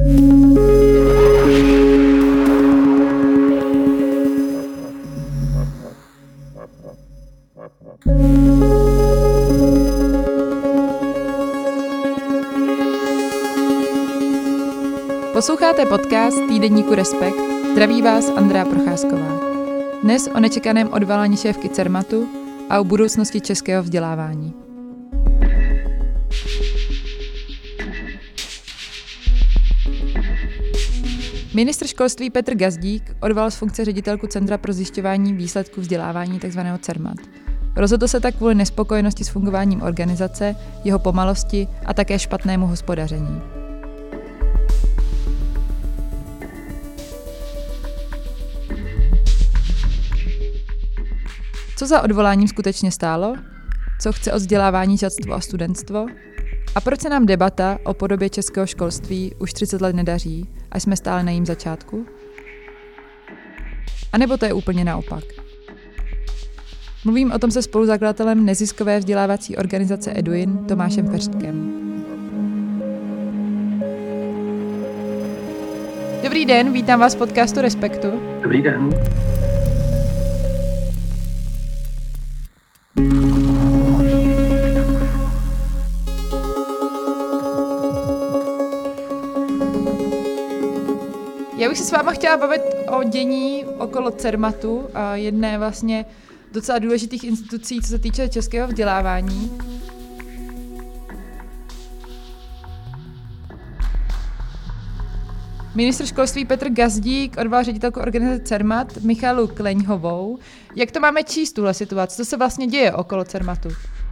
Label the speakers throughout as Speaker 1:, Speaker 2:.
Speaker 1: Posloucháte podcast týdeníku Respekt. Zdraví vás Andrea Procházková. Dnes o nečekaném odvolání šéfky Cermatu a o budoucnosti českého vzdělávání. Ministr školství Petr Gazdík odvolal z funkce ředitelku Centra pro zjišťování výsledků vzdělávání tzv. Cermat. Rozhodl se tak kvůli nespokojenosti s fungováním organizace, jeho pomalosti a také špatnému hospodaření. Co za odvoláním skutečně stálo? Co chce od vzdělávání žadstvo a studentstvo? A proč se nám debata o podobě českého školství už 30 let nedaří a jsme stále na jejím začátku? A nebo to je úplně naopak? Mluvím o tom se spoluzakladatelem neziskové vzdělávací organizace Eduin Tomášem Feřtkem. Dobrý den, vítám vás v podcastu Respektu.
Speaker 2: Dobrý den.
Speaker 1: Já bych se s váma chtěla bavit o dění okolo Cermatu a jedné vlastně docela důležitých institucí, co se týče českého vzdělávání. Ministr školství Petr Gazdík odvolal ředitelku organizace Cermat Michaelu Kleňhovou. Jak to máme číst, tuhle situaci? Co se vlastně děje okolo Cermatu?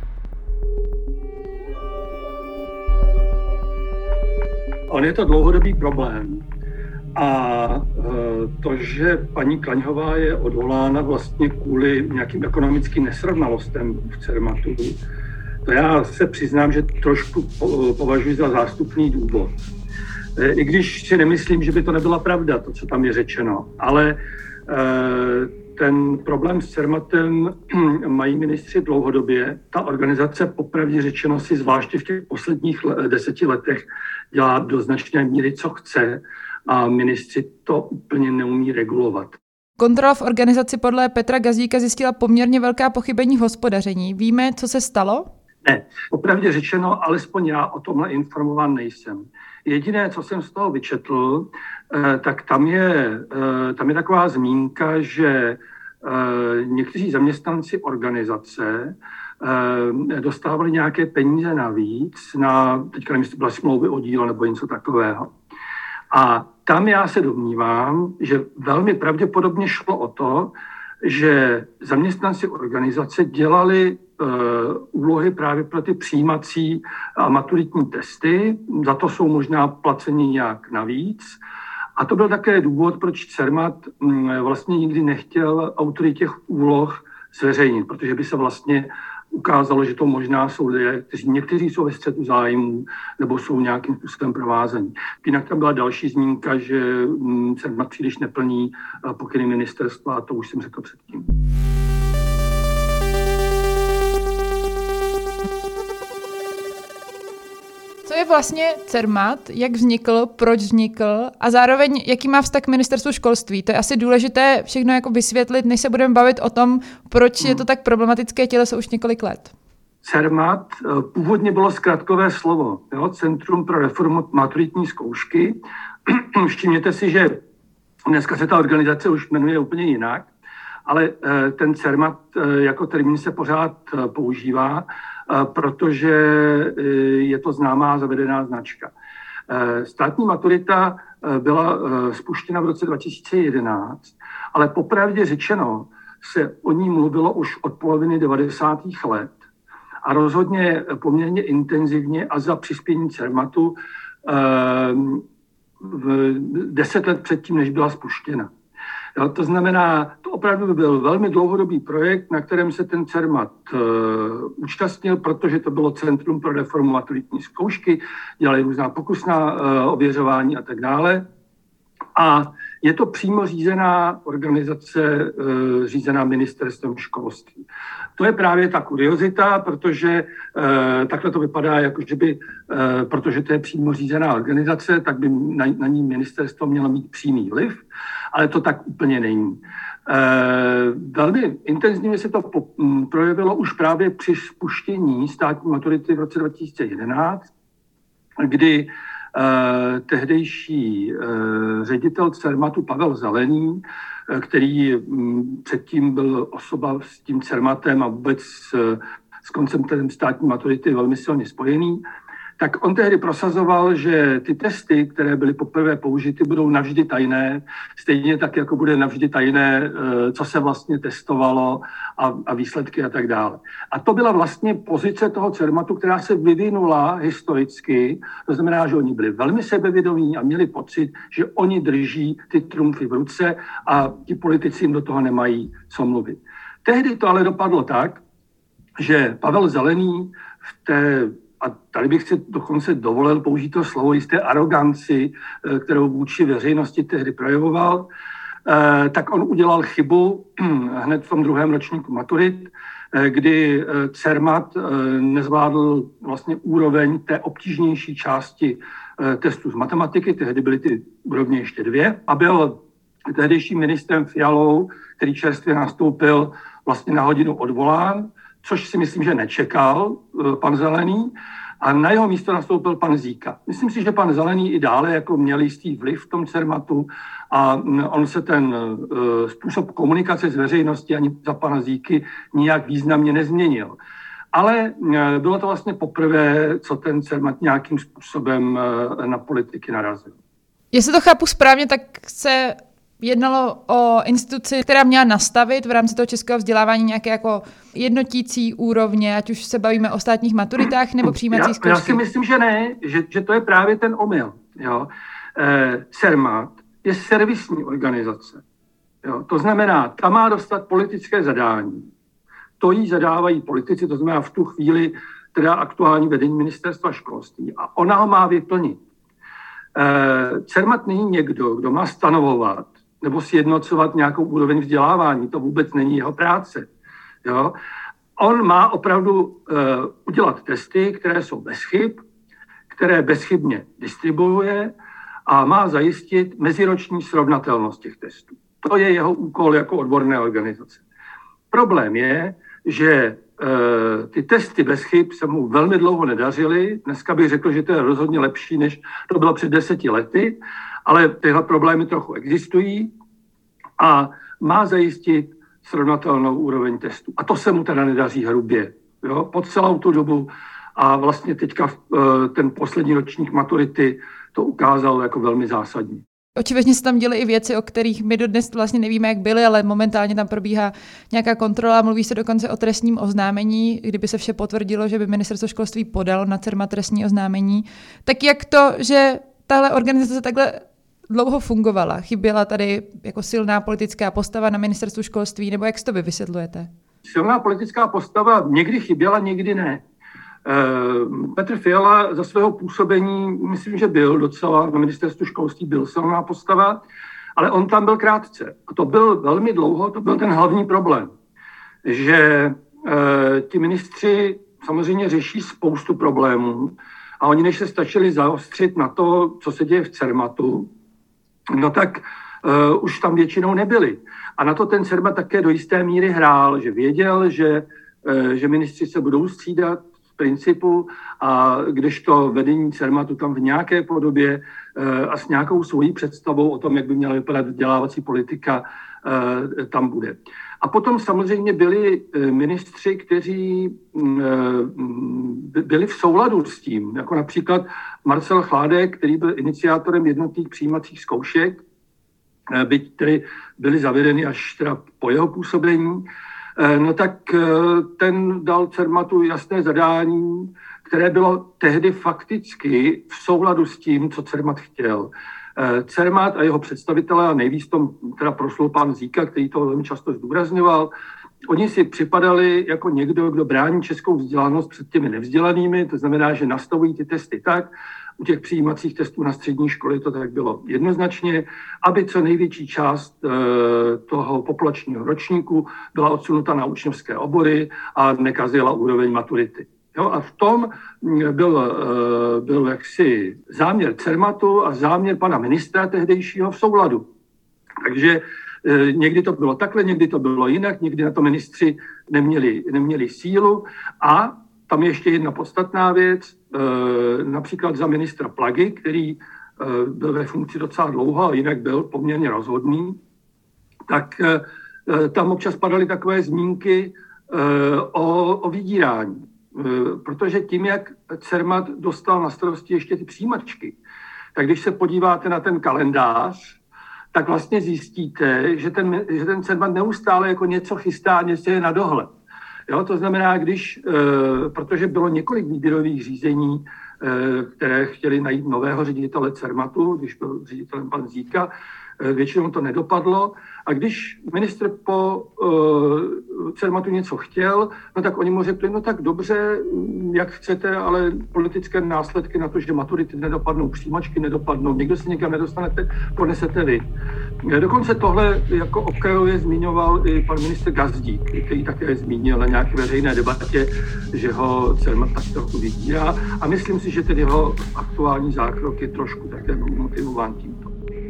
Speaker 2: On je to dlouhodobý problém. A to, že paní Kleňhová je odvolána vlastně kvůli nějakým ekonomickým nesrovnalostem v Cermatu, to já se přiznám, že trošku považuji za zástupný důvod. I když si nemyslím, že by to nebyla pravda, to, co tam je řečeno, ale ten problém s Cermatem mají ministři dlouhodobě. Ta organizace, popravdě řečeno, si zvláště v těch posledních 10 letech dělá do značné míry, co chce, a ministři to úplně neumí regulovat.
Speaker 1: Kontrola v organizaci podle Petra Gazdíka zjistila poměrně velká pochybení v hospodaření. Víme, co se stalo?
Speaker 2: Ne, popravdě řečeno, alespoň já o tomhle informován nejsem. Jediné, co jsem z toho vyčetl, tak tam je taková zmínka, že někteří zaměstnanci organizace dostávali nějaké peníze navíc teďka nevím, jestli byla smlouvy o dílo nebo něco takového. A tam já se domnívám, že velmi pravděpodobně šlo o to, že zaměstnanci organizace dělali úlohy právě pro ty přijímací a maturitní testy, za to jsou možná placeni nějak navíc. A to byl také důvod, proč Cermat vlastně nikdy nechtěl autory těch úloh zveřejnit, protože by se vlastně ukázalo, že to možná jsou lidé, někteří jsou ve střetu zájmů nebo jsou nějakým způsobem provázení. Jinak tam byla další zmínka, že Cermat příliš neplní pokyny ministerstva, a to už jsem řekl předtím.
Speaker 1: Co je vlastně Cermat, jak vznikl, proč vznikl a zároveň jaký má vztah k ministerstvu školství? To je asi důležité všechno jako vysvětlit, než se budeme bavit o tom, proč je to tak problematické těleso už několik let.
Speaker 2: Cermat původně bylo zkratkové slovo, Centrum pro reformu maturitní zkoušky. Všimněte si, že dneska se ta organizace už jmenuje úplně jinak, ale ten Cermat jako termín se pořád používá, protože je to známá zavedená značka. Státní maturita byla spuštěna v roce 2011, ale popravdě řečeno se o ní mluvilo už od poloviny 90. let a rozhodně poměrně intenzivně a za přispění Cermatu 10 let předtím, než byla spuštěna. To znamená, to opravdu byl velmi dlouhodobý projekt, na kterém se ten Cermat účastnil, protože to bylo Centrum pro reformu maturitní zkoušky, dělali různá pokusná ověřování a tak dále. A Je to přímo řízená organizace, řízená ministerstvem školství. To je právě ta kuriozita, protože takhle to vypadá, jako že by, protože to je přímo řízená organizace, tak by na ní ministerstvo mělo mít přímý vliv, ale to tak úplně není. Velmi intenzivně se to projevilo už právě při spuštění státní maturity v roce 2011, kdy tehdejší ředitel Cermatu Pavel Zelený, který předtím byl osoba s tím Cermatem a vůbec s konceptem státní maturity velmi silně spojený, tak on tehdy prosazoval, že ty testy, které byly poprvé použity, budou navždy tajné, stejně tak, jako bude navždy tajné, co se vlastně testovalo a výsledky a tak dále. A to byla vlastně pozice toho Cermatu, která se vyvinula historicky, to znamená, že oni byli velmi sebevědomí a měli pocit, že oni drží ty trumfy v ruce a ti politici jim do toho nemají co mluvit. Tehdy to ale dopadlo tak, že Pavel Zelený v té, a tady bych si dokonce dovolil použít to slovo, jisté aroganci, kterou vůči veřejnosti tehdy projevoval, tak on udělal chybu hned v tom druhém ročníku maturit, kdy Cermat nezvládl vlastně úroveň té obtížnější části testů z matematiky, tehdy byly ty úrovně ještě 2, a byl tehdejším ministrem Fialou, který čerstvě nastoupil, vlastně na hodinu odvolán, což si myslím, že nečekal pan Zelený, a na jeho místo nastoupil pan Zíka. Myslím si, že pan Zelený i dále jako měl jistý vliv v tom Cermatu a on se ten způsob komunikace s veřejností ani za pana Zíky nijak významně nezměnil. Ale bylo to vlastně poprvé, co ten Cermat nějakým způsobem na politiky narazil.
Speaker 1: Jestli to chápu správně, tak se jednalo o instituci, která měla nastavit v rámci toho českého vzdělávání nějaké jako jednotící úrovně, ať už se bavíme o státních maturitách nebo přijímacích zkouškách.
Speaker 2: Já si myslím, že ne, že to je právě ten omyl. Cermat je servisní organizace. Jo? To znamená, ta má dostat politické zadání. To jí zadávají politici, to znamená v tu chvíli teda aktuální vedení ministerstva školství. A ona ho má vyplnit. Cermat není někdo, kdo má stanovovat nebo sjednocovat nějakou úroveň vzdělávání. To vůbec není jeho práce. Jo? On má opravdu udělat testy, které jsou bez chyb, které bezchybně distribuuje a má zajistit meziroční srovnatelnost těch testů. To je jeho úkol jako odborné organizace. Problém je, že ty testy bez chyb se mu velmi dlouho nedařily. Dneska bych řekl, že to je rozhodně lepší, než to bylo před 10 lety, ale tyhle problémy trochu existují a má zajistit srovnatelnou úroveň testů. A to se mu teda nedaří hrubě. Jo? Po celou tu dobu a vlastně teďka ten poslední ročník maturity to ukázal jako velmi zásadní.
Speaker 1: Očividně se tam děly i věci, o kterých my dodnes vlastně nevíme, jak byly, ale momentálně tam probíhá nějaká kontrola. Mluví se dokonce o trestním oznámení, kdyby se vše potvrdilo, že by ministerstvo školství podalo na Cermat trestní oznámení. Tak jak to, že tahle organizace takhle dlouho fungovala? Chyběla tady jako silná politická postava na ministerstvu školství, nebo jak si to vy vysvětlujete?
Speaker 2: Silná politická postava někdy chyběla, někdy ne. Petr Fiala za svého působení, myslím, že byl docela na ministerstvu školství, byl silná postava, ale on tam byl krátce. A to byl velmi dlouho, to byl ten hlavní problém, že ti ministři samozřejmě řeší spoustu problémů a oni, než se stačili zaostřit na to, co se děje v Cermatu, no tak už tam většinou nebyli. A na to ten Cermat také do jisté míry hrál, že věděl, že ministři se budou střídat principu a kdežto vedení Cermatu tam v nějaké podobě a s nějakou svojí představou o tom, jak by měla vypadat vzdělávací politika, tam bude. A potom samozřejmě byli ministři, kteří byli v souladu s tím, jako například Marcel Chládek, který byl iniciátorem jednotných přijímacích zkoušek, byť tedy byly zavedeny až teda po jeho působení, no tak ten dal Cermatu jasné zadání, které bylo tehdy fakticky v souladu s tím, co Cermat chtěl. Cermat a jeho představitelé, a nejvíc tom teda proslul pan Zíka, který to velmi často zdůrazňoval, oni si připadali jako někdo, kdo brání českou vzdělanost před těmi nevzdělanými, to znamená, že nastavují ty testy tak, u těch přijímacích testů na střední školy to tak bylo jednoznačně, aby co největší část toho populačního ročníku byla odsunuta na učňovské obory a nekazila úroveň maturity. Jo, a v tom byl jaksi záměr Cermatu a záměr pana ministra tehdejšího v souladu. Takže někdy to bylo takhle, někdy to bylo jinak, někdy na to ministři neměli sílu. A tam je ještě jedna podstatná věc, například za ministra Plagy, který byl ve funkci docela dlouho a jinak byl poměrně rozhodný, tak tam občas padaly takové zmínky o vydírání. Protože tím, jak Cermat dostal na starosti ještě ty přijímačky, tak když se podíváte na ten kalendář, tak vlastně zjistíte, že ten Cermat neustále jako něco chystá, něco je na dohled. Jo, to znamená, protože bylo několik výběrových řízení, které chtěli najít nového ředitele Cermatu, když byl ředitelem pan Zíka, většinou to nedopadlo. A když ministr po Cermatu něco chtěl, no tak oni mu řekli, no tak dobře, jak chcete, ale politické následky na to, že maturity nedopadnou, přijímačky nedopadnou, někdo se někam nedostanete, ponesete vy. Dokonce tohle jako okrajově zmiňoval i pan ministr Gazdík, který také zmínil na nějaké veřejné debatě, že ho Cermat tak trochu vydírá. A myslím si, že tedy jeho aktuální zákrok je trošku tak jako motivován tímto.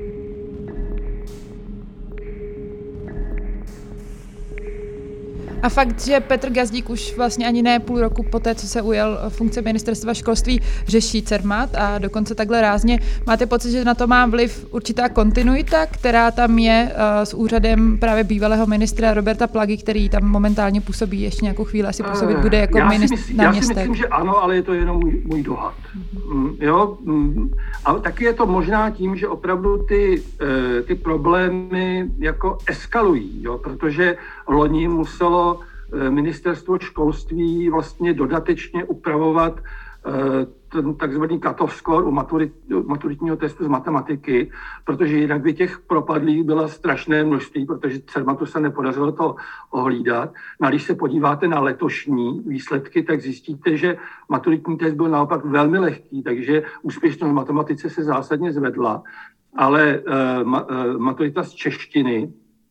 Speaker 1: A fakt, že Petr Gazdík už vlastně ani ne půl roku poté, co se ujel funkce ministerstva školství, řeší Cermat a dokonce takhle rázně. Máte pocit, že na to má vliv určitá kontinuita, která tam je s úřadem právě bývalého ministra Roberta Plagy, který tam momentálně působí ještě nějakou chvíli, asi působit bude jako náměstek?
Speaker 2: Já si myslím, že ano, ale je to jenom můj dohad. Jo? A taky je to možná tím, že opravdu ty problémy jako eskalují, jo? Protože loni muselo ministerstvo školství vlastně dodatečně upravovat ten takzvaný cut-off score u maturitního testu z matematiky, protože jinak by těch propadlých bylo strašné množství, protože Cermatu se nepodařilo to ohlídat. No a když se podíváte na letošní výsledky, tak zjistíte, že maturitní test byl naopak velmi lehký, takže úspěšnost v matematice se zásadně zvedla, ale maturita z češtiny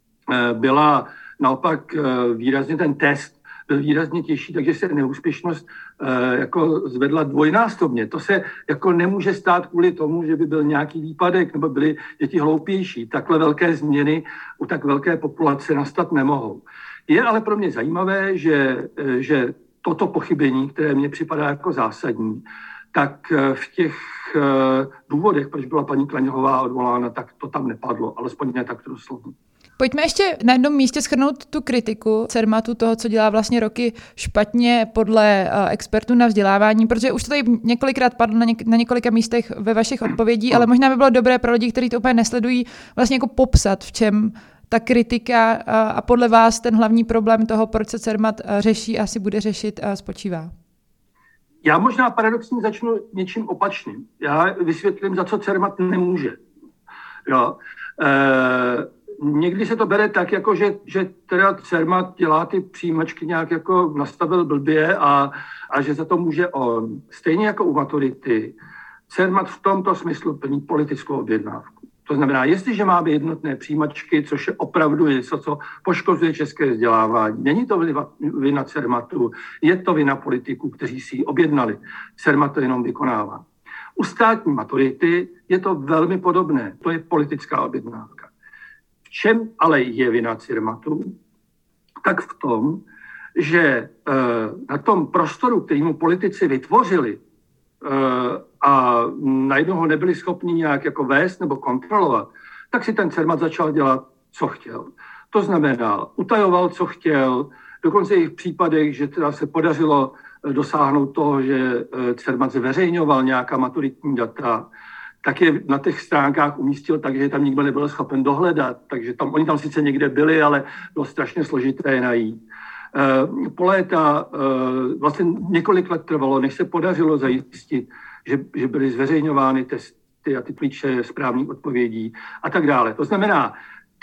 Speaker 2: byla naopak výrazně, ten test byl výrazně těžší, takže se neúspěšnost jako zvedla dvojnásobně. To se jako nemůže stát kvůli tomu, že by byl nějaký výpadek nebo byly děti hloupější. Takhle velké změny u tak velké populace nastat nemohou. Je ale pro mě zajímavé, že toto pochybení, které mně připadá jako zásadní, tak v těch důvodech, proč byla paní Klaňová odvolána, tak to tam nepadlo, alespoň ne takto doslovně.
Speaker 1: Pojďme ještě na jednom místě shrnout tu kritiku Cermatu, toho, co dělá vlastně roky špatně podle expertů na vzdělávání, protože už to tady několikrát padlo na několika místech ve vašich odpovědí, ale možná by bylo dobré pro lidi, kteří to úplně nesledují, vlastně jako popsat, v čem ta kritika a podle vás ten hlavní problém toho, proč se Cermat řeší a asi bude řešit, spočívá.
Speaker 2: Já možná paradoxně začnu něčím opačným. Já vysvětlím, za co Cermat nemůže. Jo. Někdy se to bere tak, jako že teda Cermat dělá ty přijímačky nějak jako nastavil blbě a že za to může on. Stejně jako u maturity, Cermat v tomto smyslu plní politickou objednávku. To znamená, jestliže máme jednotné přijímačky, což je opravdu něco, co poškozuje české vzdělávání, není to vina Cermatu, je to vina politiků, kteří si ji objednali. Cermat to jenom vykonává. U státní maturity je to velmi podobné. To je politická objednávka. V čem ale je vina Cermatu? Tak v tom, že na tom prostoru, který mu politici vytvořili a najednou ho nebyli schopni nějak jako vést nebo kontrolovat, tak si ten Cermat začal dělat, co chtěl. To znamená, utajoval, co chtěl, dokonce i v případech, že teda se podařilo dosáhnout toho, že Cermat zveřejňoval nějaká maturitní data, tak je na těch stránkách umístil tak, že tam nikdo nebyl schopen dohledat. Takže oni tam sice někde byli, ale bylo strašně složité je najít. Po léta vlastně několik let trvalo, než se podařilo zajistit, že byly zveřejňovány testy a ty klíče správných odpovědí a tak dále. To znamená,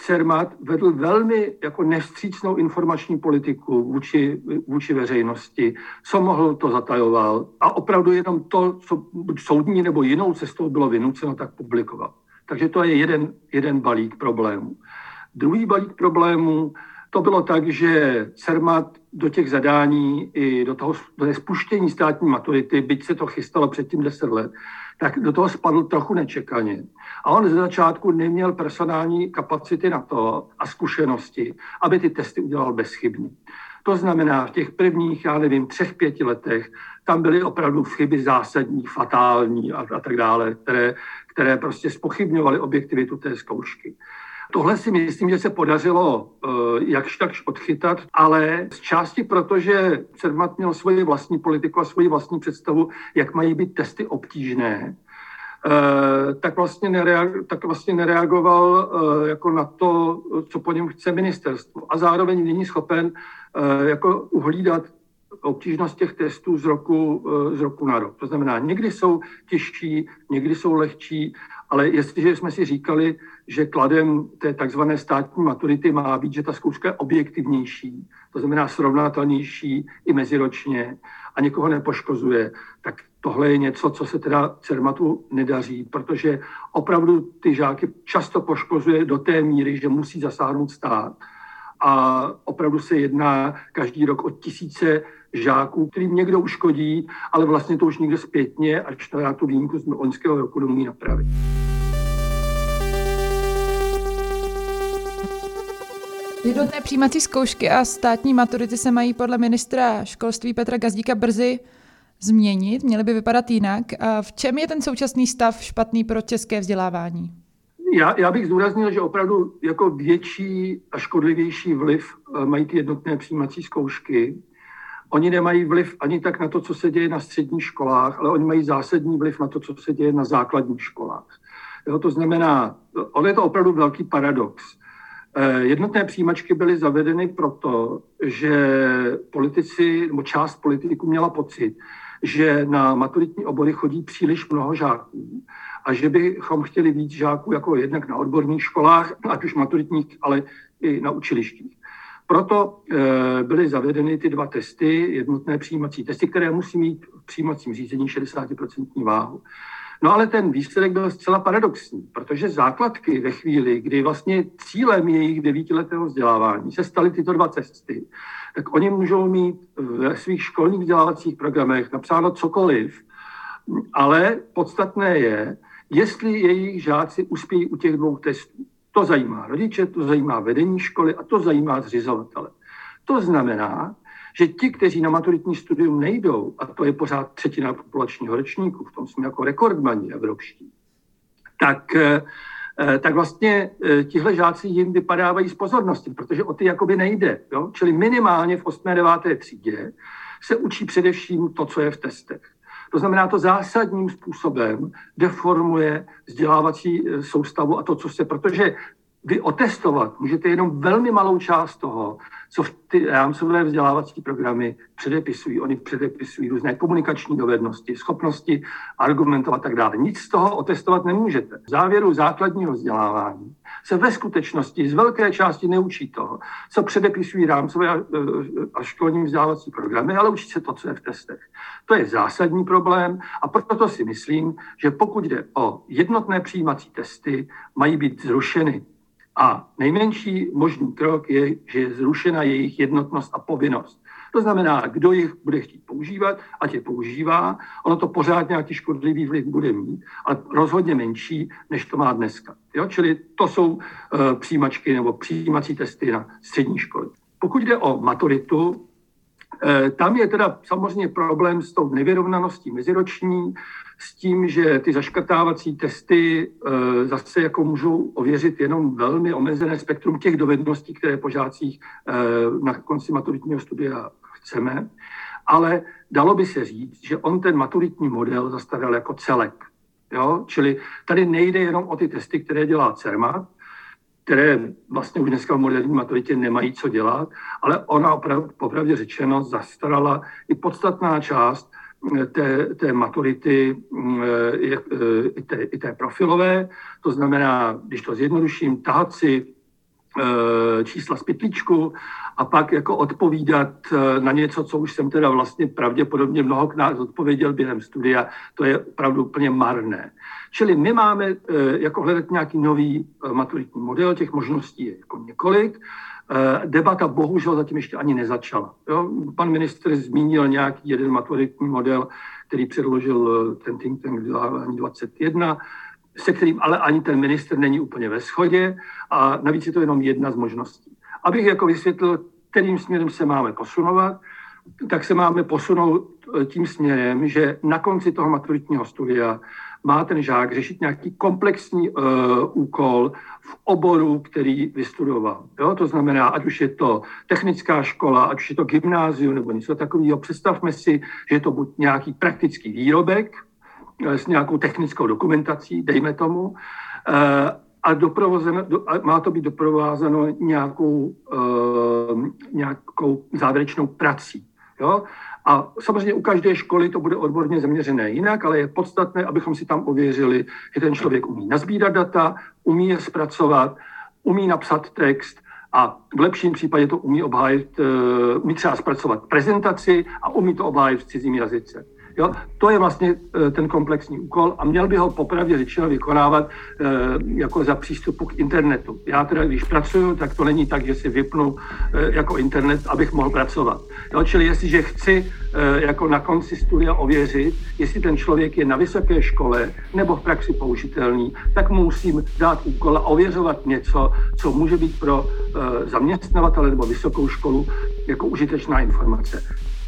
Speaker 2: Cermat vedl velmi jako nevstřícnou informační politiku vůči veřejnosti. Co mohl, to zatajoval. A opravdu jenom to, co buď soudní nebo jinou cestou bylo vynuceno, tak publikoval. Takže to je jeden balík problémů. Druhý balík problémů, to bylo tak, že Cermat do těch zadání i do spuštění státní maturity, byť se to chystalo předtím 10 let, tak do toho spadl trochu nečekaně. A on ze začátku neměl personální kapacity na to a zkušenosti, aby ty testy udělal bezchybně. To znamená, v těch prvních, 3-5 letech, tam byly opravdu chyby zásadní, fatální a tak dále, které prostě zpochybňovaly objektivitu té zkoušky. Tohle si myslím, že se podařilo jakž takž odchytat, ale z části proto, že Cermat měl svoji vlastní politiku a svoji vlastní představu, jak mají být testy obtížné, tak vlastně nereagoval jako na to, co po něm chce ministerstvo. A zároveň není schopen jako uhlídat obtížnost těch testů z roku na rok. To znamená, někdy jsou těžší, někdy jsou lehčí, ale jestliže jsme si říkali, že kladem té takzvané státní maturity má být, že ta zkouška je objektivnější, to znamená srovnatelnější i meziročně a někoho nepoškozuje, tak tohle je něco, co se teda Cermatu nedaří, protože opravdu ty žáky často poškozuje do té míry, že musí zasáhnout stát. A opravdu se jedná každý rok o tisíce žáků, kterým někdo uškodí, ale vlastně to už někdo zpětně, až to já tu výjimku z loňského roku domů napravit.
Speaker 1: Jednotné přijímací zkoušky a státní maturity se mají podle ministra školství Petra Gazdíka brzy změnit, měly by vypadat jinak. A v čem je ten současný stav špatný pro české vzdělávání?
Speaker 2: Já bych zdůraznil, že opravdu jako větší a škodlivější vliv mají ty jednotné přijímací zkoušky. Oni nemají vliv ani tak na to, co se děje na středních školách, ale oni mají zásadní vliv na to, co se děje na základních školách. Jo, to znamená, ono je to opravdu velký paradox. Jednotné přijímačky byly zavedeny proto, že politici nebo část politiků měla pocit, že na maturitní obory chodí příliš mnoho žáků a že bychom chtěli víc žáků jako jednak na odborných školách, ať už maturitních, ale i na učilištích. Proto byly zavedeny ty 2 testy, jednotné přijímací testy, které musí mít v přijímacím řízení 60% váhu. No ale ten výsledek byl zcela paradoxní, protože základky ve chvíli, kdy vlastně cílem jejich 9letého vzdělávání se staly tyto 2 testy, tak oni můžou mít ve svých školních vzdělávacích programech napsáno cokoliv, ale podstatné je, jestli jejich žáci uspějí u těch 2 testů. To zajímá rodiče, to zajímá vedení školy a to zajímá zřizovatele. To znamená, že ti, kteří na maturitní studium nejdou, a to je pořád 1/3 populačního ročníku, v tom jsme jako rekordmani evropští, tak vlastně tihle žáci jim vypadávají z pozornosti, protože o ty jakoby nejde. Jo? Čili minimálně v 8. a 9. třídě se učí především to, co je v testech. To znamená, to zásadním způsobem deformuje vzdělávací soustavu a to, co se, protože vy otestovat můžete jenom velmi malou část toho, co v ty rámcové vzdělávací programy předepisují. Oni předepisují různé komunikační dovednosti, schopnosti argumentovat a tak dále. Nic z toho otestovat nemůžete. V závěru základního vzdělávání se ve skutečnosti z velké části neučí toho, co předepisují rámcové a školní vzdělávací programy, ale učí se to, co je v testech. To je zásadní problém a proto si myslím, že pokud jde o jednotné přijímací testy, mají být zrušeny. A nejmenší možný krok je, že je zrušena jejich jednotnost a povinnost. To znamená, kdo jich bude chtít používat, ať je používá. Ono to pořád nějaký škodlivý vliv bude mít, ale rozhodně menší, než to má dneska. Jo? Čili to jsou přijímačky nebo přijímací testy na střední školy. Pokud jde o maturitu, tam je teda samozřejmě problém s tou nevyrovnaností meziroční, s tím, že ty zaškrtávací testy zase jako můžou ověřit jenom velmi omezené spektrum těch dovedností, které po žácích na konci maturitního studia chceme. Ale dalo by se říct, že on ten maturitní model zastavěl jako celek. Jo? Čili tady nejde jenom o ty testy, které dělá Cermat, které vlastně už dneska v moderní maturitě nemají co dělat, ale ona popravdě řečeno zastarala i podstatná část té maturity i té profilové. To znamená, když to zjednoduším, tahat si čísla z pytlíčku a pak jako odpovídat na něco, co už jsem teda vlastně pravděpodobně mnohokrát odpověděl během studia, to je opravdu úplně marné. Čili my máme jako hledat nějaký nový maturitní model, těch možností je jako několik. Debata bohužel zatím ještě ani nezačala. Jo? Pan ministr zmínil nějaký jeden maturitní model, který předložil ten think tank Vzdělávání 21, se kterým ale ani ten ministr není úplně ve shodě a navíc je to jenom jedna z možností. Abych jako vysvětlil, kterým směrem se máme posunovat, tak se máme posunout tím směrem, že na konci toho maturitního studia má ten žák řešit nějaký komplexní úkol v oboru, který vystudoval. Jo? To znamená, ať už je to technická škola, ať už je to gymnázium nebo něco takového. Představme si, že je to buď nějaký praktický výrobek s nějakou technickou dokumentací, dejme tomu, a má to být doprovázeno nějakou závěrečnou prací. Jo? A samozřejmě u každé školy to bude odborně zaměřené jinak, ale je podstatné, abychom si tam ověřili, že ten člověk umí nasbírat data, umí je zpracovat, umí napsat text a v lepším případě to umí třeba zpracovat prezentaci a umí to obhájit v cizím jazyce. Jo? To je vlastně ten komplexní úkol a měl by ho popravdě řečeno vykonávat jako za přístupu k internetu. Já teda, když pracuju, tak to není tak, že si vypnu jako internet, abych mohl pracovat. Jo? Čili jestliže chci jako na konci studia ověřit, jestli ten člověk je na vysoké škole nebo v praxi použitelný, tak mu musím dát úkol a ověřovat něco, co může být pro zaměstnavatele nebo vysokou školu jako užitečná informace.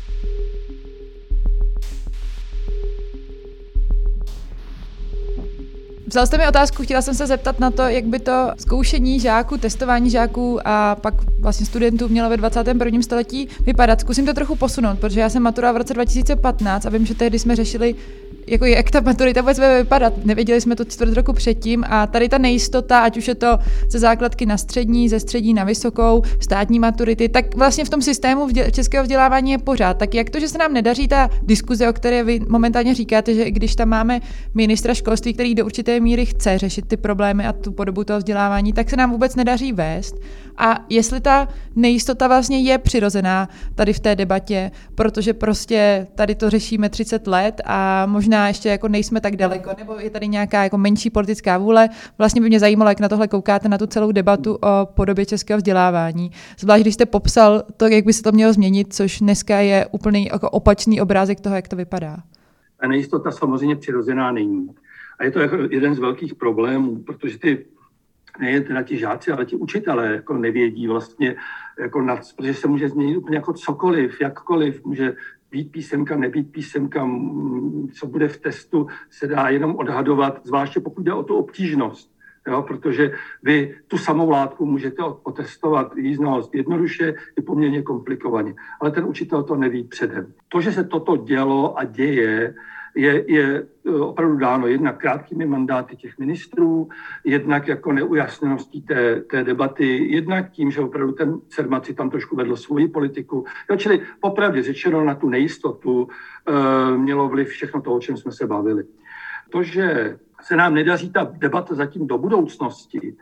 Speaker 1: Vzal jste mi otázku, chtěla jsem se zeptat na to, jak by to zkoušení žáků, testování žáků a pak vlastně studentů mělo ve 21. století vypadat. Zkusím to trochu posunout, protože já jsem maturovala v roce 2015 a vím, že tehdy jsme řešili, jako jak ta maturita vůbec bude vypadat. Nevěděli jsme to čtvrt roku předtím a tady ta nejistota, ať už je to ze základky na střední, ze střední na vysokou, státní maturity, tak vlastně v tom systému českého vzdělávání je pořád. Tak jak to, že se nám nedaří ta diskuze, o které vy momentálně říkáte, že když tam máme ministra školství, který do určité míry chce řešit ty problémy a tu podobu toho vzdělávání, tak se nám vůbec nedaří vést. A jestli ta nejistota vlastně je přirozená tady v té debatě, protože prostě tady to řešíme 30 let a možná ještě jako nejsme tak daleko, nebo je tady nějaká jako menší politická vůle. Vlastně by mě zajímalo, jak na tohle koukáte, na tu celou debatu o podobě českého vzdělávání. Zvlášť, když jste popsal to, jak by se to mělo změnit, což dneska je úplný jako opačný obrázek toho, jak to vypadá.
Speaker 2: A nejistota samozřejmě přirozená není. A je to jako jeden z velkých problémů, protože nejen teda ti žáci, ale ti učitelé jako nevědí vlastně, jako protože se může změnit úplně jako cokoliv, jakkoliv, může být písemka, nebýt písemka, co bude v testu, se dá jenom odhadovat, zvláště pokud jde o tu obtížnost. Jo, protože vy tu samou látku můžete otestovat její znalost jednoduše i poměrně komplikovaně, ale ten učitel to neví předem. To, že se toto dělo a děje, je opravdu dáno jednak krátkými mandáty těch ministrů, jednak jako neujasněností té debaty, jednak tím, že opravdu ten Cermat si tam trošku vedl svoji politiku. Jo, čili popravdě řečeno na tu nejistotu mělo vliv všechno to, o čem jsme se bavili. To, že se nám nedaří ta debata zatím do budoucnosti,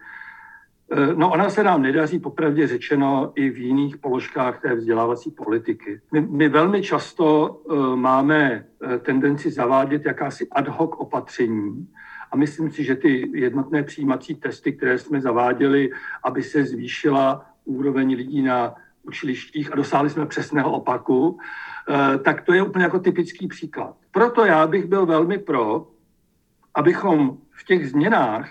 Speaker 2: no ona se nám nedaří popravdě řečeno i v jiných položkách té vzdělávací politiky. My velmi často máme tendenci zavádět jakási ad hoc opatření a myslím si, že ty jednotné přijímací testy, které jsme zaváděli, aby se zvýšila úroveň lidí na učilištích a dosáhli jsme přesného opaku, tak to je úplně jako typický příklad. Proto já bych byl velmi pro, abychom v těch změnách,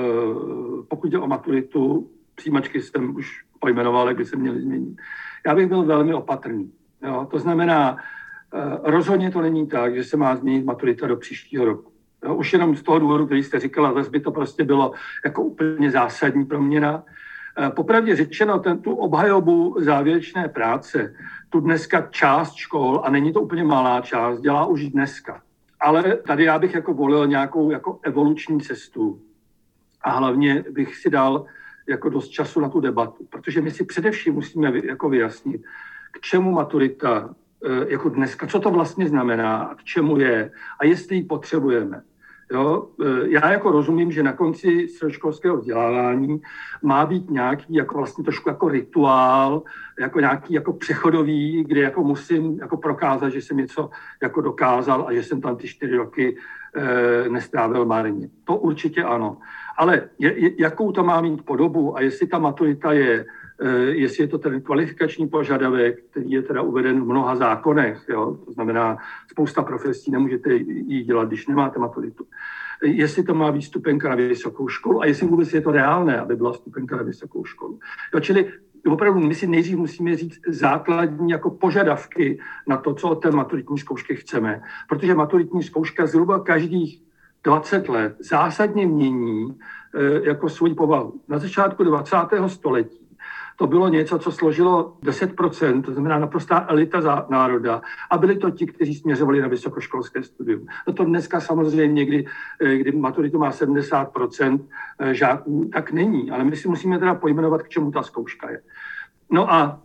Speaker 2: pokud jde o maturitu, přijímačky jsem už pojmenoval, jak by se měly změnit, já bych byl velmi opatrný. Jo? To znamená, rozhodně to není tak, že se má změnit maturita do příštího roku. Jo? Už jenom z toho důvodu, který jste říkala, zase by to prostě bylo jako úplně zásadní proměna. Popravdě řečeno, tu obhajobu závěrečné práce, tu dneska část škol, a není to úplně malá část, dělá už dneska. Ale tady já bych jako volil nějakou jako evoluční cestu a hlavně bych si dal jako dost času na tu debatu, protože my si především musíme jako vyjasnit, k čemu maturita jako dneska, co to vlastně znamená, k čemu je a jestli ji potřebujeme. Jo? Já jako rozumím, že na konci středoškolského vzdělávání má být nějaký jako vlastně trošku jako rituál, jako nějaký jako přechodový, kde jako musím jako prokázat, že jsem něco jako dokázal a že jsem tam ty 4 roky nestrávil marně. To určitě ano. Ale jakou to má mít podobu a jestli ta maturita jestli je to ten kvalifikační požadavek, který je teda uveden v mnoha zákonech, jo? To znamená, spousta profesí nemůžete ji dělat, když nemáte maturitu. Jestli to má být vstupenka na vysokou školu a jestli vůbec je to reálné, aby byla vstupenka na vysokou školu. Jo, čili opravdu my si nejdřív musíme říct základní jako požadavky na to, co od té maturitní zkoušky chceme, protože maturitní zkouška zhruba každých 20 let zásadně mění jako svoji povahu. Na začátku 20. století to bylo něco, co složilo 10%, to znamená naprostá elita národa, a byli to ti, kteří směřovali na vysokoškolské studium. No to dneska samozřejmě, kdy maturitu má 70% žáků, tak není, ale my si musíme teda pojmenovat, k čemu ta zkouška je. No a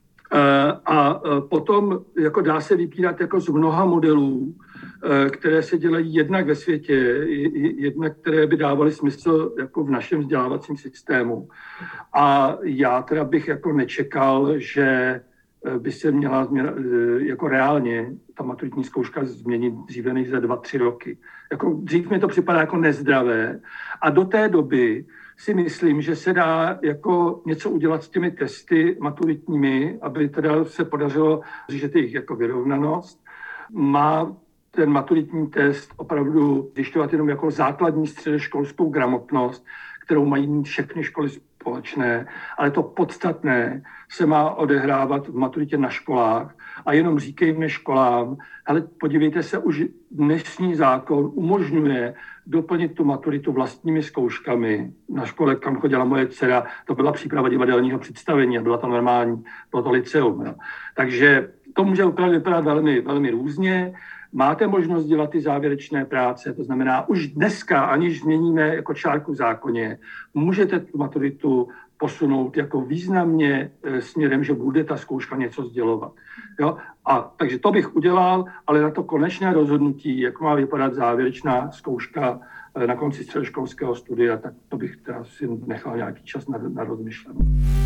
Speaker 2: potom jako dá se vybírat jako z mnoha modelů, které se dělají jednak ve světě, jednak které by dávaly smysl jako v našem vzdělávacím systému. A já teda bych jako nečekal, že by se měla jako reálně ta maturitní zkouška změnit dříve než za 2-3 roky. Jako dřív mi to připadá jako nezdravé a do té doby si myslím, že se dá jako něco udělat s těmi testy maturitními, aby teda se podařilo řešit jejich jako vyrovnanost. Má ten maturitní test opravdu zjišťovat jenom jako základní středoškolskou gramotnost, kterou mají mít všechny školy společné, ale to podstatné se má odehrávat v maturitě na školách a jenom říkejme školám, ale podívejte se, už dnešní zákon umožňuje doplnit tu maturitu vlastními zkouškami. Na škole, kam chodila moje dcera, to byla příprava divadelního představení a byla to normální, bylo to lyceum. Jo. Takže to může opravdu vypadat velmi, velmi různě. Máte možnost dělat ty závěrečné práce, to znamená už dneska, aniž změníme jako čárku v zákoně, můžete tu maturitu posunout jako významně směrem, že bude ta zkouška něco sdělovat. Jo? Takže to bych udělal, ale na to konečné rozhodnutí, jak má vypadat závěrečná zkouška na konci středoškolského studia, tak to bych teda si nechal nějaký čas na rozmyšlení.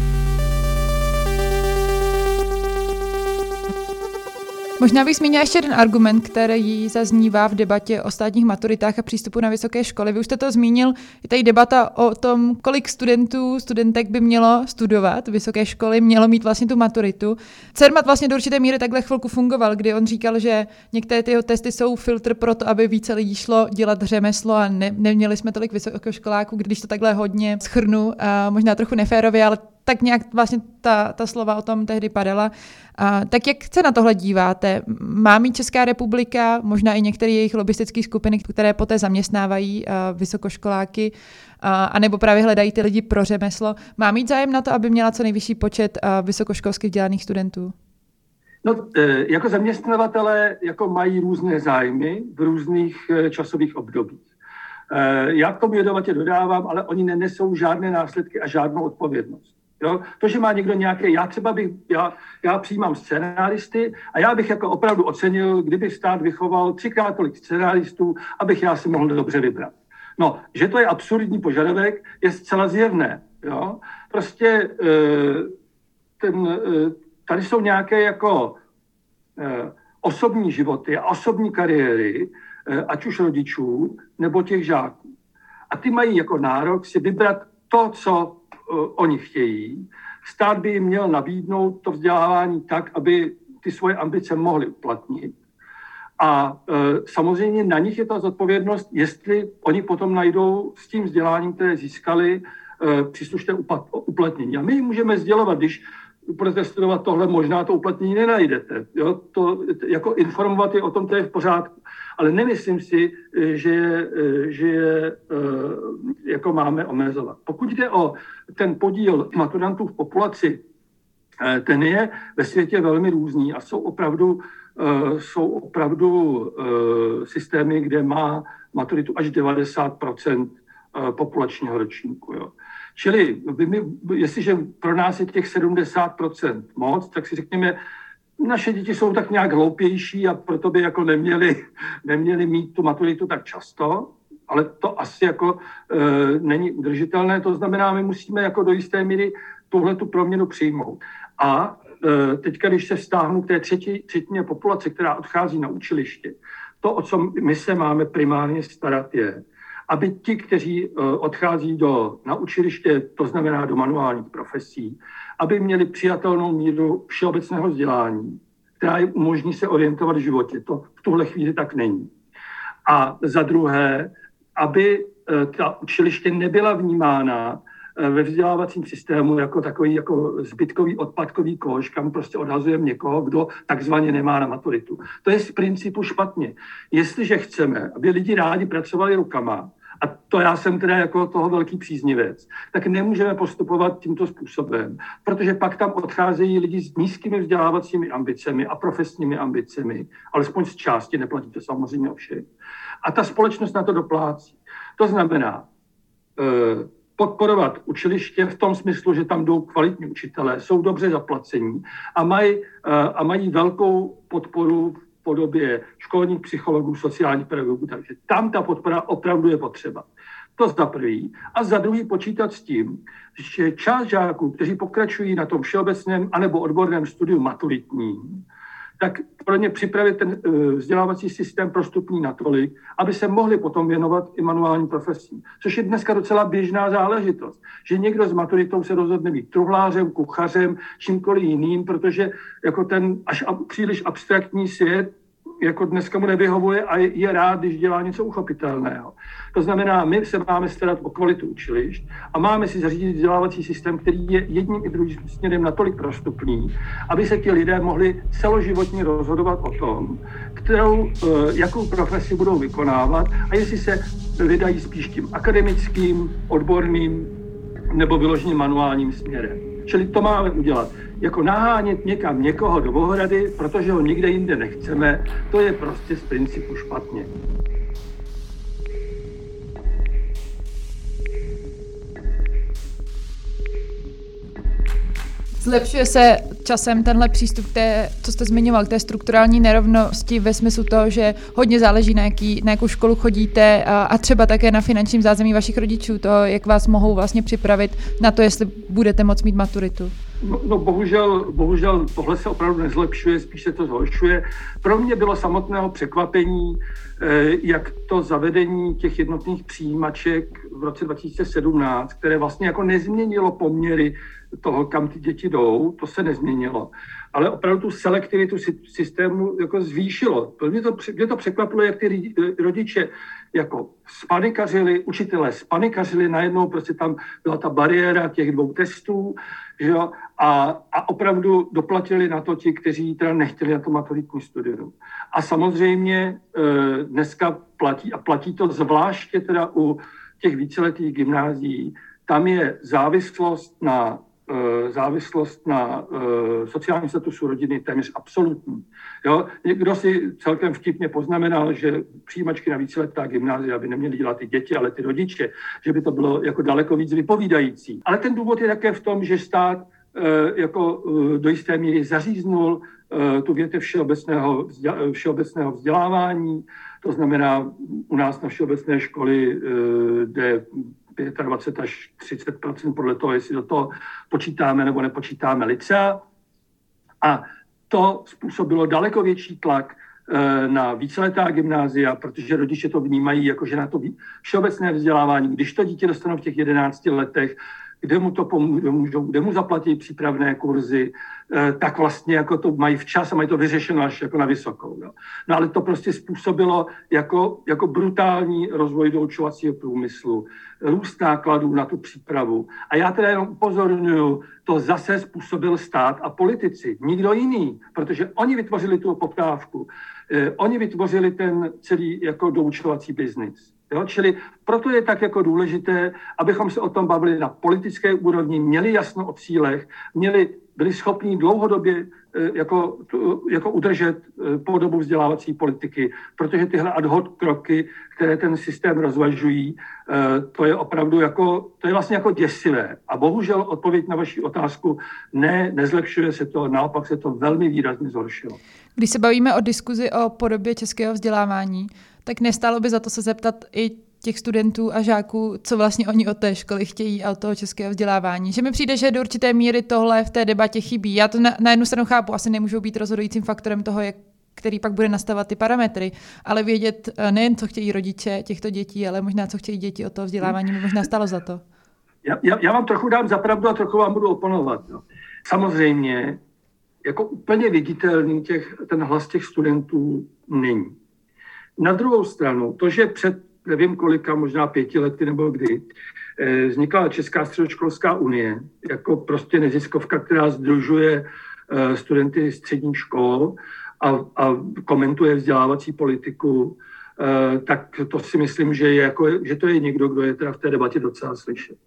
Speaker 1: Možná bych zmínila ještě jeden argument, který zaznívá v debatě o státních maturitách a přístupu na vysoké školy. Vy už jste to zmínil, je tady debata o tom, kolik studentek by mělo studovat vysoké školy, mělo mít vlastně tu maturitu. Cermat vlastně do určité míry takhle chvilku fungoval, kdy on říkal, že některé ty testy jsou filtr pro to, aby více lidí šlo dělat řemeslo a neměli jsme tolik vysokoškoláků, když to takhle hodně shrnu, možná trochu neférově, ale tak nějak vlastně ta slova o tom tehdy padala. Tak jak se na tohle díváte? Má mít Česká republika, možná i některé jejich lobistické skupiny, které poté zaměstnávají vysokoškoláky, anebo právě hledají ty lidi pro řemeslo, má mít zájem na to, aby měla co nejvyšší počet vysokoškolsky vzdělaných studentů?
Speaker 2: No, jako zaměstnavatelé jako mají různé zájmy v různých časových obdobích. Já k tomu jedovatě dodávám, ale oni nenesou žádné následky a žádnou odpovědnost. Jo? To, že má někdo nějaké, já přijímám scénáristy a já bych jako opravdu ocenil, kdyby stát vychoval 3x tolik scénáristů, abych já si mohl dobře vybrat. No, že to je absurdní požadavek, je zcela zjevné. Jo? Prostě tady jsou nějaké jako osobní životy a osobní kariéry, ať už rodičů, nebo těch žáků. A ty mají jako nárok si vybrat to, co oni chtějí. Stát by jim měl nabídnout to vzdělávání tak, aby ty svoje ambice mohli uplatnit. A samozřejmě na nich je ta zodpovědnost, jestli oni potom najdou s tím vzděláním, které získali, příslušné uplatnění. A my jim můžeme sdělovat, když budete studovat tohle, možná to uplatnění nenajdete. Jo? To, jako informovat je o tom, to je v pořádku. Ale nemyslím si, že je jako máme omezovat. Pokud jde o ten podíl maturantů v populaci, ten je ve světě velmi různý a jsou opravdu systémy, kde má maturitu až 90% populačního ročníku. Jo. Čili jestliže pro nás je těch 70% moc, tak si řekněme, naše děti jsou tak nějak hloupější a proto by jako neměli mít tu maturitu tak často. ale to asi jako není udržitelné, to znamená, my musíme jako do jisté míry tuhletu proměnu přijmout. A teďka, když se vztáhnu k té třetině populace, která odchází na učiliště, to, o co my se máme primárně starat, je, aby ti, kteří odchází na učiliště, to znamená do manuálních profesí, aby měli přijatelnou míru všeobecného vzdělání, která jim umožní se orientovat v životě. To v tuhle chvíli tak není. A za druhé, aby ta učiliště nebyla vnímána ve vzdělávacím systému jako takový jako zbytkový odpadkový koš, kam prostě odhazujeme někoho, kdo takzvaně nemá na maturitu. To je z principu špatně. Jestliže chceme, aby lidi rádi pracovali rukama, a to já jsem teda jako toho velký příznivec, tak nemůžeme postupovat tímto způsobem, protože pak tam odcházejí lidi s nízkými vzdělávacími ambicemi a profesními ambicemi, alespoň z části, neplatí to samozřejmě o všech. A ta společnost na to doplácí. To znamená podporovat učiliště v tom smyslu, že tam jdou kvalitní učitelé, jsou dobře zaplacení a mají velkou podporu v podobě školních psychologů, sociálních pedagogů, takže tam ta podpora opravdu je potřeba. To za prvý. A za druhý počítat s tím, že část žáků, kteří pokračují na tom všeobecném anebo odborném studiu maturitním, tak pro ně připravit ten vzdělávací systém prostupný natolik, aby se mohli potom věnovat i manuálním profesím. Což je dneska docela běžná záležitost, že někdo s maturitou se rozhodne být truhlářem, kuchařem, čímkoliv jiným, protože jako ten až příliš abstraktní svět jako dneska mu nevyhovuje a je rád, když dělá něco uchopitelného. To znamená, my se máme starat o kvalitu učilišť a máme si zařídit vzdělávací systém, který je jedním i druhým směrem natolik prostupný, aby se ti lidé mohli celoživotně rozhodovat o tom, jakou profesi budou vykonávat a jestli se vydají spíš tím akademickým, odborným nebo vyloženě manuálním směrem. Čili to máme udělat. Jako nahánět někam někoho do ohrady, protože ho nikde jinde nechceme, to je prostě z principu špatně.
Speaker 1: Zlepšuje se časem tenhle přístup k té, co jste zmiňoval, k té strukturální nerovnosti ve smyslu toho, že hodně záleží na jakou školu chodíte a třeba také na finančním zázemí vašich rodičů, to, jak vás mohou vlastně připravit na to, jestli budete moct mít maturitu.
Speaker 2: No bohužel tohle se opravdu nezlepšuje, spíš se to zhoršuje. Pro mě bylo samotného překvapení, jak to zavedení těch jednotných přijímaček v roce 2017, které vlastně jako nezměnilo poměry toho, kam ty děti jdou, to se nezměnilo. Ale opravdu tu selektivitu systému jako zvýšilo. Mě to překvapilo, jak ty rodiče jako spanikařili, učitelé spanikařili, najednou prostě tam byla ta bariéra těch 2 testů, že jo, a opravdu doplatili na to ti, kteří teda nechtěli na to maturitní studium. A samozřejmě dneska platí to zvláště teda u těch víceletých gymnázií, tam je závislost na sociálním statusu rodiny téměř absolutní. Jo? Někdo si celkem vtipně poznamenal, že přijímačky na víceletá gymnázia by neměly dělat ty děti, ale ty rodiče, že by to bylo jako daleko víc vypovídající. Ale ten důvod je také v tom, že stát jako do jisté míry zaříznul tu větev všeobecného vzdělávání. To znamená, u nás na všeobecné školy jde 25 až 30% podle toho, jestli do toho počítáme nebo nepočítáme licea. A to způsobilo daleko větší tlak na víceletá gymnázia, protože rodiče to vnímají jako, že na to všeobecné vzdělávání, když to dítě dostanou v těch 11 letech, kde mu to pomůžou, kde mu zaplatí přípravné kurzy, tak vlastně jako to mají včas a mají to vyřešeno až jako na vysokou. Jo. No ale to prostě způsobilo jako brutální rozvoj doučovacího průmyslu, růst nákladů na tu přípravu. A já teda jenom upozorňuji, to zase způsobil stát a politici, nikdo jiný, protože oni vytvořili tu poptávku, oni vytvořili ten celý jako doučovací biznis. Jo, čili proto je tak jako důležité, abychom se o tom bavili na politické úrovni, měli jasno o cílech, byli schopni dlouhodobě jako udržet podobu vzdělávací politiky, protože tyhle ad hoc kroky, které ten systém rozvažují, to je opravdu to je vlastně jako děsivé. A bohužel odpověď na vaši otázku, nezlepšuje se to, naopak se to velmi výrazně zhoršilo.
Speaker 1: Když se bavíme o diskuzi o podobě českého vzdělávání, tak nestálo by za to se zeptat i těch studentů a žáků, co vlastně oni od té školy chtějí a od toho českého vzdělávání. Že mi přijde, že do určité míry tohle v té debatě chybí. Já to na jednu stranu chápu, asi nemůžou být rozhodujícím faktorem toho, který pak bude nastavovat ty parametry, ale vědět nejen, co chtějí rodiče těchto dětí, ale možná, co chtějí děti od toho vzdělávání, by možná stálo za to.
Speaker 2: Já vám trochu dám za pravdu a trochu vám budu oponovat. No. Samozřejmě, jako úplně viditelný ten hlas těch studentů není. Na druhou stranu, to, že před nevím kolika, možná 5 lety nebo kdy, vznikla Česká středoškolská unie jako prostě neziskovka, která sdružuje studenty středních škol a komentuje vzdělávací politiku, tak to si myslím, že to je někdo, kdo je teda v té debatě docela slyšet.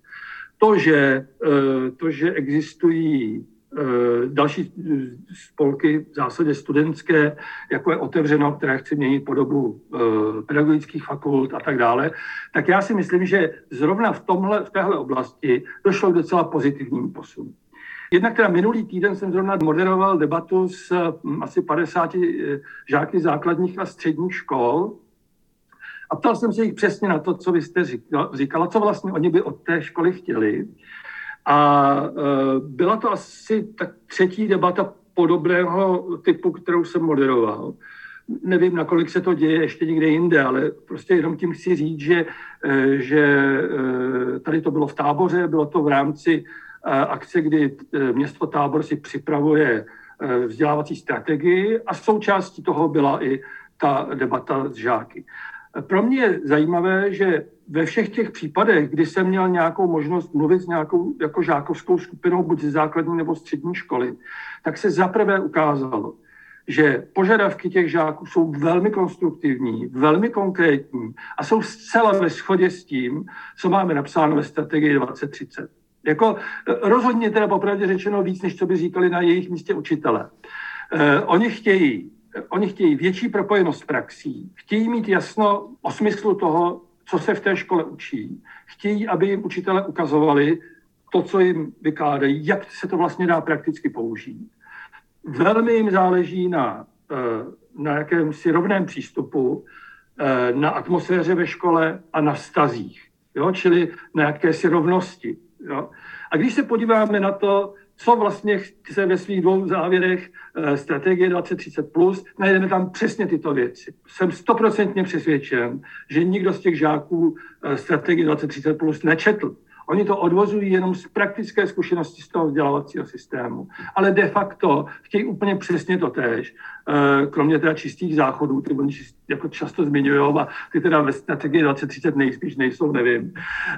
Speaker 2: To, že existují další spolky, v zásadě studentské, jako je Otevřeno, které chce měnit podobu pedagogických fakult a tak dále, tak já si myslím, že zrovna v téhle oblasti došlo k docela pozitivním posunu. Jednak teda minulý týden jsem zrovna moderoval debatu s asi 50 žáky základních a středních škol a ptal jsem se jich přesně na to, co vy jste říkala, co vlastně oni by od té školy chtěli. A byla to asi tak 3. debata podobného typu, kterou jsem moderoval. Nevím, nakolik se to děje ještě někde jinde, ale prostě jenom tím chci říct, že tady to bylo v Táboře, bylo to v rámci akce, kdy město Tábor si připravuje vzdělávací strategii a součástí toho byla i ta debata s žáky. Pro mě je zajímavé, že ve všech těch případech, kdy jsem měl nějakou možnost mluvit s nějakou jako žákovskou skupinou, buď ze základní nebo střední školy, tak se zaprvé ukázalo, že požadavky těch žáků jsou velmi konstruktivní, velmi konkrétní a jsou zcela ve shodě s tím, co máme napsáno ve strategii 2030. Jako rozhodně teda popravdě řečeno víc, než co by říkali na jejich místě učitele. Oni chtějí větší propojenost praxí, chtějí mít jasno o smyslu toho, co se v té škole učí. Chtějí, aby jim učitelé ukazovali to, co jim vykládají, jak se to vlastně dá prakticky použít. Velmi jim záleží na jakémsi rovném přístupu, na atmosféře ve škole a na vztazích, jo? Čili na jakési rovnosti. Jo? A když se podíváme na to, co vlastně chce ve svých 2 závěrech strategie 2030+, najdeme tam přesně tyto věci. Jsem 100% přesvědčen, že nikdo z těch žáků strategii 2030+ nečetl. Oni to odvozují jenom z praktické zkušenosti z toho vzdělávacího systému. Ale de facto chtějí úplně přesně to též. Kromě teda čistých záchodů, ty oni jako často zmiňují a ty teda ve strategii 2030 nejspíš nejsou, nevím.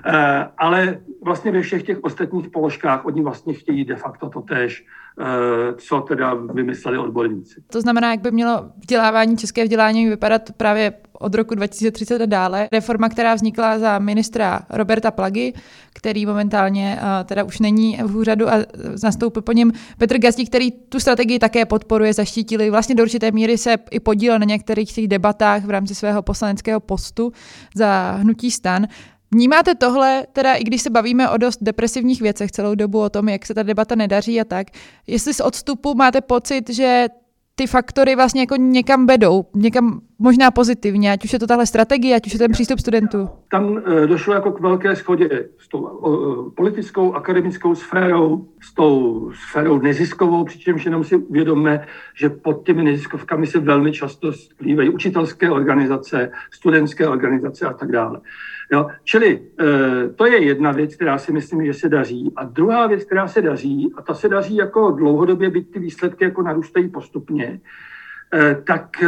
Speaker 2: Ale vlastně ve všech těch ostatních položkách oni vlastně chtějí de facto to též, co teda vymysleli odborníci.
Speaker 1: To znamená, jak by mělo české vzdělání vypadat právě od roku 2030 a dále. Reforma, která vznikla za ministra Roberta Plagy, který momentálně teda už není v úřadu a nastoupil po něm Petr Gazdík, který tu strategii také podporuje, zaštítili. Vlastně do určité míry se i podílel na některých těch debatách v rámci svého poslaneckého postu za hnutí STAN. Vnímáte tohle, teda i když se bavíme o dost depresivních věcech celou dobu, o tom, jak se ta debata nedaří a tak, jestli z odstupu máte pocit, že ty faktory vlastně jako někam vedou, někam možná pozitivně, ať už je to tahle strategie, ať už je ten přístup studentů?
Speaker 2: Tam došlo jako k velké shodě s tou politickou, akademickou sférou, s tou sférou neziskovou, přičemž jenom si uvědomme, že pod těmi neziskovkami se velmi často skrývají učitelské organizace, studentské organizace a tak dále. Jo? Čili to je jedna věc, která si myslím, že se daří. A druhá věc, která se daří, a ta se daří jako dlouhodobě, byť ty výsledky jako narůstají postupně, tak,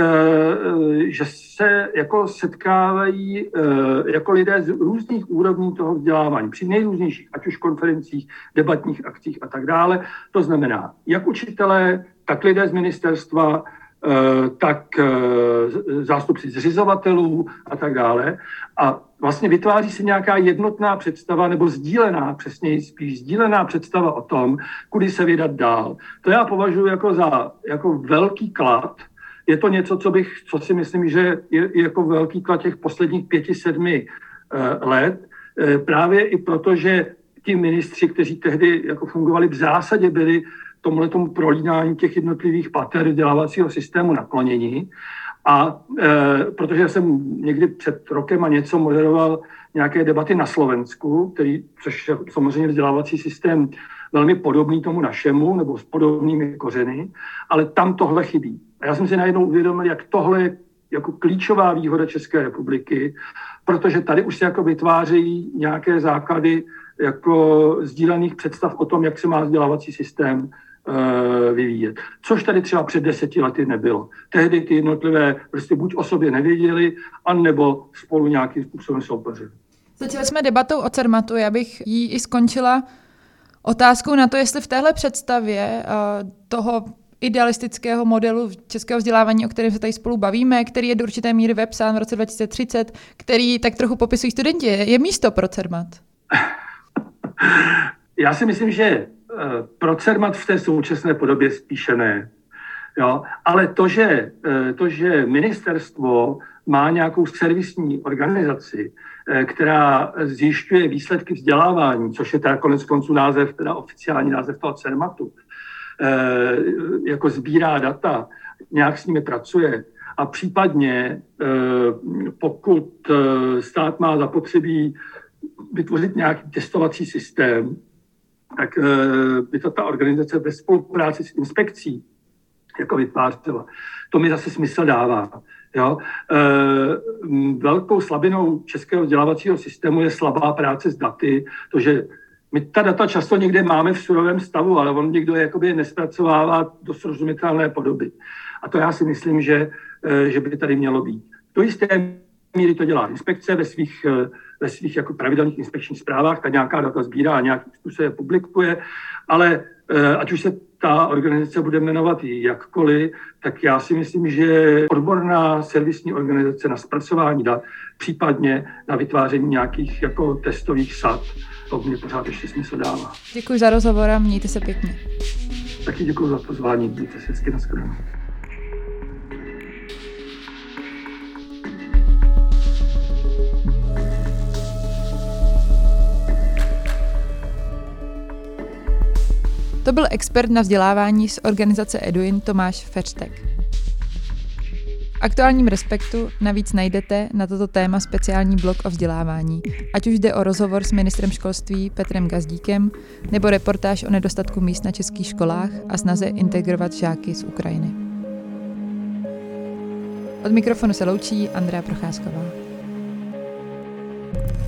Speaker 2: že se jako setkávají jako lidé z různých úrovní toho vzdělávání, při nejrůznějších, ať už konferencích, debatních akcích a tak dále. To znamená, jak učitelé, tak lidé z ministerstva, tak zástupci zřizovatelů a tak dále. A vlastně vytváří se nějaká jednotná představa, nebo sdílená, přesněji spíš sdílená představa o tom, kudy se vydat dál. To já považuji jako velký klad. Je to něco, co si myslím, že je jako velký klad těch posledních 5-7 let. Právě i proto, že ti ministři, kteří tehdy jako fungovali, v zásadě byli tomuhletomu prolínání těch jednotlivých pater vzdělávacího systému naklonění. A protože jsem někdy před rokem a něco moderoval nějaké debaty na Slovensku, což je samozřejmě vzdělávací systém velmi podobný tomu našemu, nebo s podobnými kořeny, ale tam tohle chybí. A já jsem si najednou uvědomil, jak tohle je jako klíčová výhoda České republiky, protože tady už se jako vytvářejí nějaké základy jako sdílených představ o tom, jak se má vzdělávací systém vyvíjet. Což tady třeba před 10 lety nebylo. Tehdy ty jednotlivé prostě buď o sobě nevěděli, anebo spolu nějakým způsobem soupeřili.
Speaker 1: Začali jsme debatou o Cermatu, já bych ji i skončila otázkou na to, jestli v téhle představě toho idealistického modelu českého vzdělávání, o kterém se tady spolu bavíme, který je do určité míry vepsán v roce 2030, který tak trochu popisují studenti, je místo pro Cermat?
Speaker 2: Já si myslím, že pro Cermat v té současné podobě spíše ne. Jo? Ale to, že ministerstvo má nějakou servisní organizaci, která zjišťuje výsledky vzdělávání, což je teda konec konců název, teda oficiální název toho Cermatu, jako sbírá data, nějak s nimi pracuje a případně, pokud stát má zapotřebí vytvořit nějaký testovací systém, tak by to ta organizace ve spolupráci s inspekcí jako vytvářela. To mi zase smysl dává. Jo? Velkou slabinou českého vzdělávacího systému je slabá práce s daty, to, že my ta data často někde máme v surovém stavu, ale on někdo jakoby nespracovává do srozumitelné podoby. A to já si myslím, že by tady mělo být. Do jisté míry to dělá inspekce ve svých jako pravidelných inspekčních zprávách, ta nějaká data sbírá a nějakým způsobem publikuje, ale ať už se ta organizace bude jmenovat jakkoliv, tak já si myslím, že odborná servisní organizace na zpracování dat, případně na vytváření nějakých jako testových sad, to mě pořád ještě smysl dává.
Speaker 1: Děkuji za rozhovor a mějte se pěkně.
Speaker 2: Taky děkuji za pozvání, mějte se hezky, nashledanou.
Speaker 1: To byl expert na vzdělávání z organizace Eduin Tomáš Feřtek. V aktuálním Respektu navíc najdete na toto téma speciální blog o vzdělávání, ať už jde o rozhovor s ministrem školství Petrem Gazdíkem nebo reportáž o nedostatku míst na českých školách a snaze integrovat žáky z Ukrajiny. Od mikrofonu se loučí Andrea Procházková.